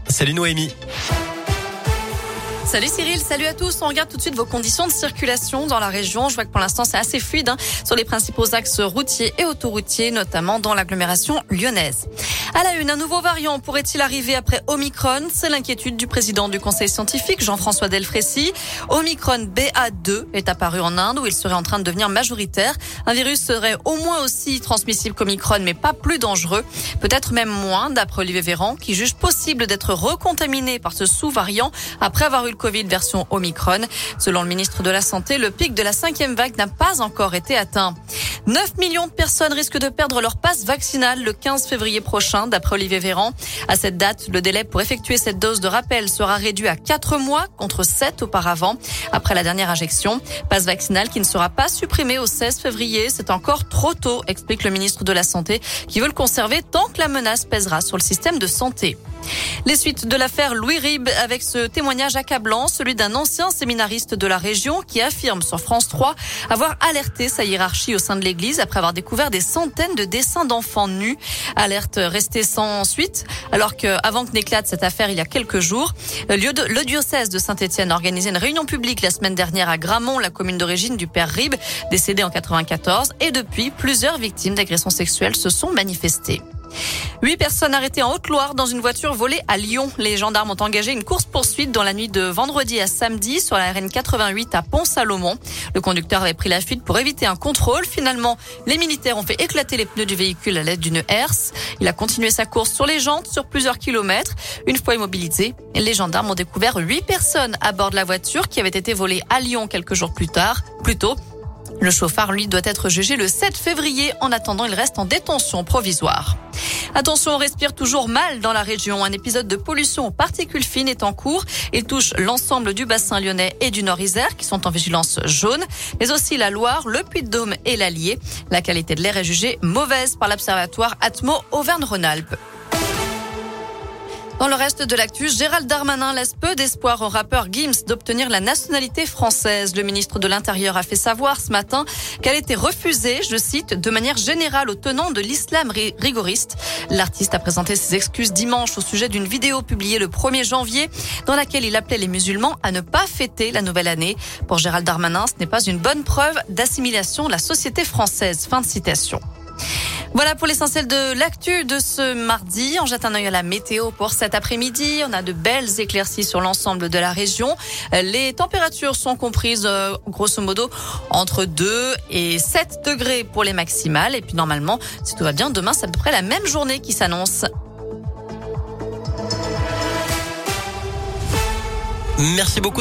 Salut Noémie. Salut Cyril, salut à tous. On regarde tout de suite vos conditions de circulation dans la région. Je vois que pour l'instant c'est assez fluide sur les principaux axes routiers et autoroutiers, notamment dans l'agglomération lyonnaise. À la une, un nouveau variant pourrait-il arriver après Omicron? C'est l'inquiétude du président du conseil scientifique, Jean-François Delfraissy. Omicron BA2 est apparu en Inde où il serait en train de devenir majoritaire. Un virus serait au moins aussi transmissible qu'Omicron, mais pas plus dangereux. Peut-être même moins, d'après Olivier Véran, qui juge possible d'être recontaminé par ce sous-variant après avoir eu le Covid version Omicron. Selon le ministre de la Santé, le pic de la 5e vague n'a pas encore été atteint. 9 millions de personnes risquent de perdre leur passe vaccinale le 15 février prochain, d'après Olivier Véran. À cette date, le délai pour effectuer cette dose de rappel sera réduit à 4 mois contre 7 auparavant. Après la dernière injection, passe vaccinale qui ne sera pas supprimée au 16 février. C'est encore trop tôt, explique le ministre de la Santé, qui veut le conserver tant que la menace pèsera sur le système de santé. Les suites de l'affaire Louis Ribes avec ce témoignage accablant, celui d'un ancien séminariste de la région qui affirme sur France 3 avoir alerté sa hiérarchie au sein de l'église après avoir découvert des centaines de dessins d'enfants nus. Alerte restée sans suite alors qu'avant que n'éclate cette affaire il y a quelques jours, le diocèse de Saint-Étienne a organisé une réunion publique la semaine dernière à Gramont, la commune d'origine du père Ribes, décédé en 94, et depuis, plusieurs victimes d'agressions sexuelles se sont manifestées. 8 personnes arrêtées en Haute-Loire dans une voiture volée à Lyon. Les gendarmes ont engagé une course-poursuite dans la nuit de vendredi à samedi sur la RN 88 à Pont-Salomon. Le conducteur avait pris la fuite pour éviter un contrôle. Finalement, les militaires ont fait éclater les pneus du véhicule à l'aide d'une herse. Il a continué sa course sur les jantes sur plusieurs kilomètres. Une fois immobilisé, les gendarmes ont découvert 8 personnes à bord de la voiture qui avait été volée à Lyon quelques jours plus tôt. Le chauffard, lui, doit être jugé le 7 février. En attendant, il reste en détention provisoire. Attention, on respire toujours mal dans la région. Un épisode de pollution aux particules fines est en cours. Il touche l'ensemble du bassin lyonnais et du Nord-Isère qui sont en vigilance jaune, mais aussi la Loire, le Puy-de-Dôme et l'Allier. La qualité de l'air est jugée mauvaise par l'Observatoire Atmo Auvergne-Rhône-Alpes. Dans le reste de l'actu, Gérald Darmanin laisse peu d'espoir au rappeur Gims d'obtenir la nationalité française. Le ministre de l'Intérieur a fait savoir ce matin qu'elle était refusée, je cite, de manière générale aux tenants de l'islam rigoriste. L'artiste a présenté ses excuses dimanche au sujet d'une vidéo publiée le 1er janvier dans laquelle il appelait les musulmans à ne pas fêter la nouvelle année. Pour Gérald Darmanin, ce n'est pas une bonne preuve d'assimilation de la société française. Fin de citation. Voilà pour l'essentiel de l'actu de ce mardi. On jette un œil à la météo pour cet après-midi. On a de belles éclaircies sur l'ensemble de la région. Les températures sont comprises, grosso modo, entre 2 et 7 degrés pour les maximales. Et puis normalement, si tout va bien, demain, c'est à peu près la même journée qui s'annonce. Merci beaucoup.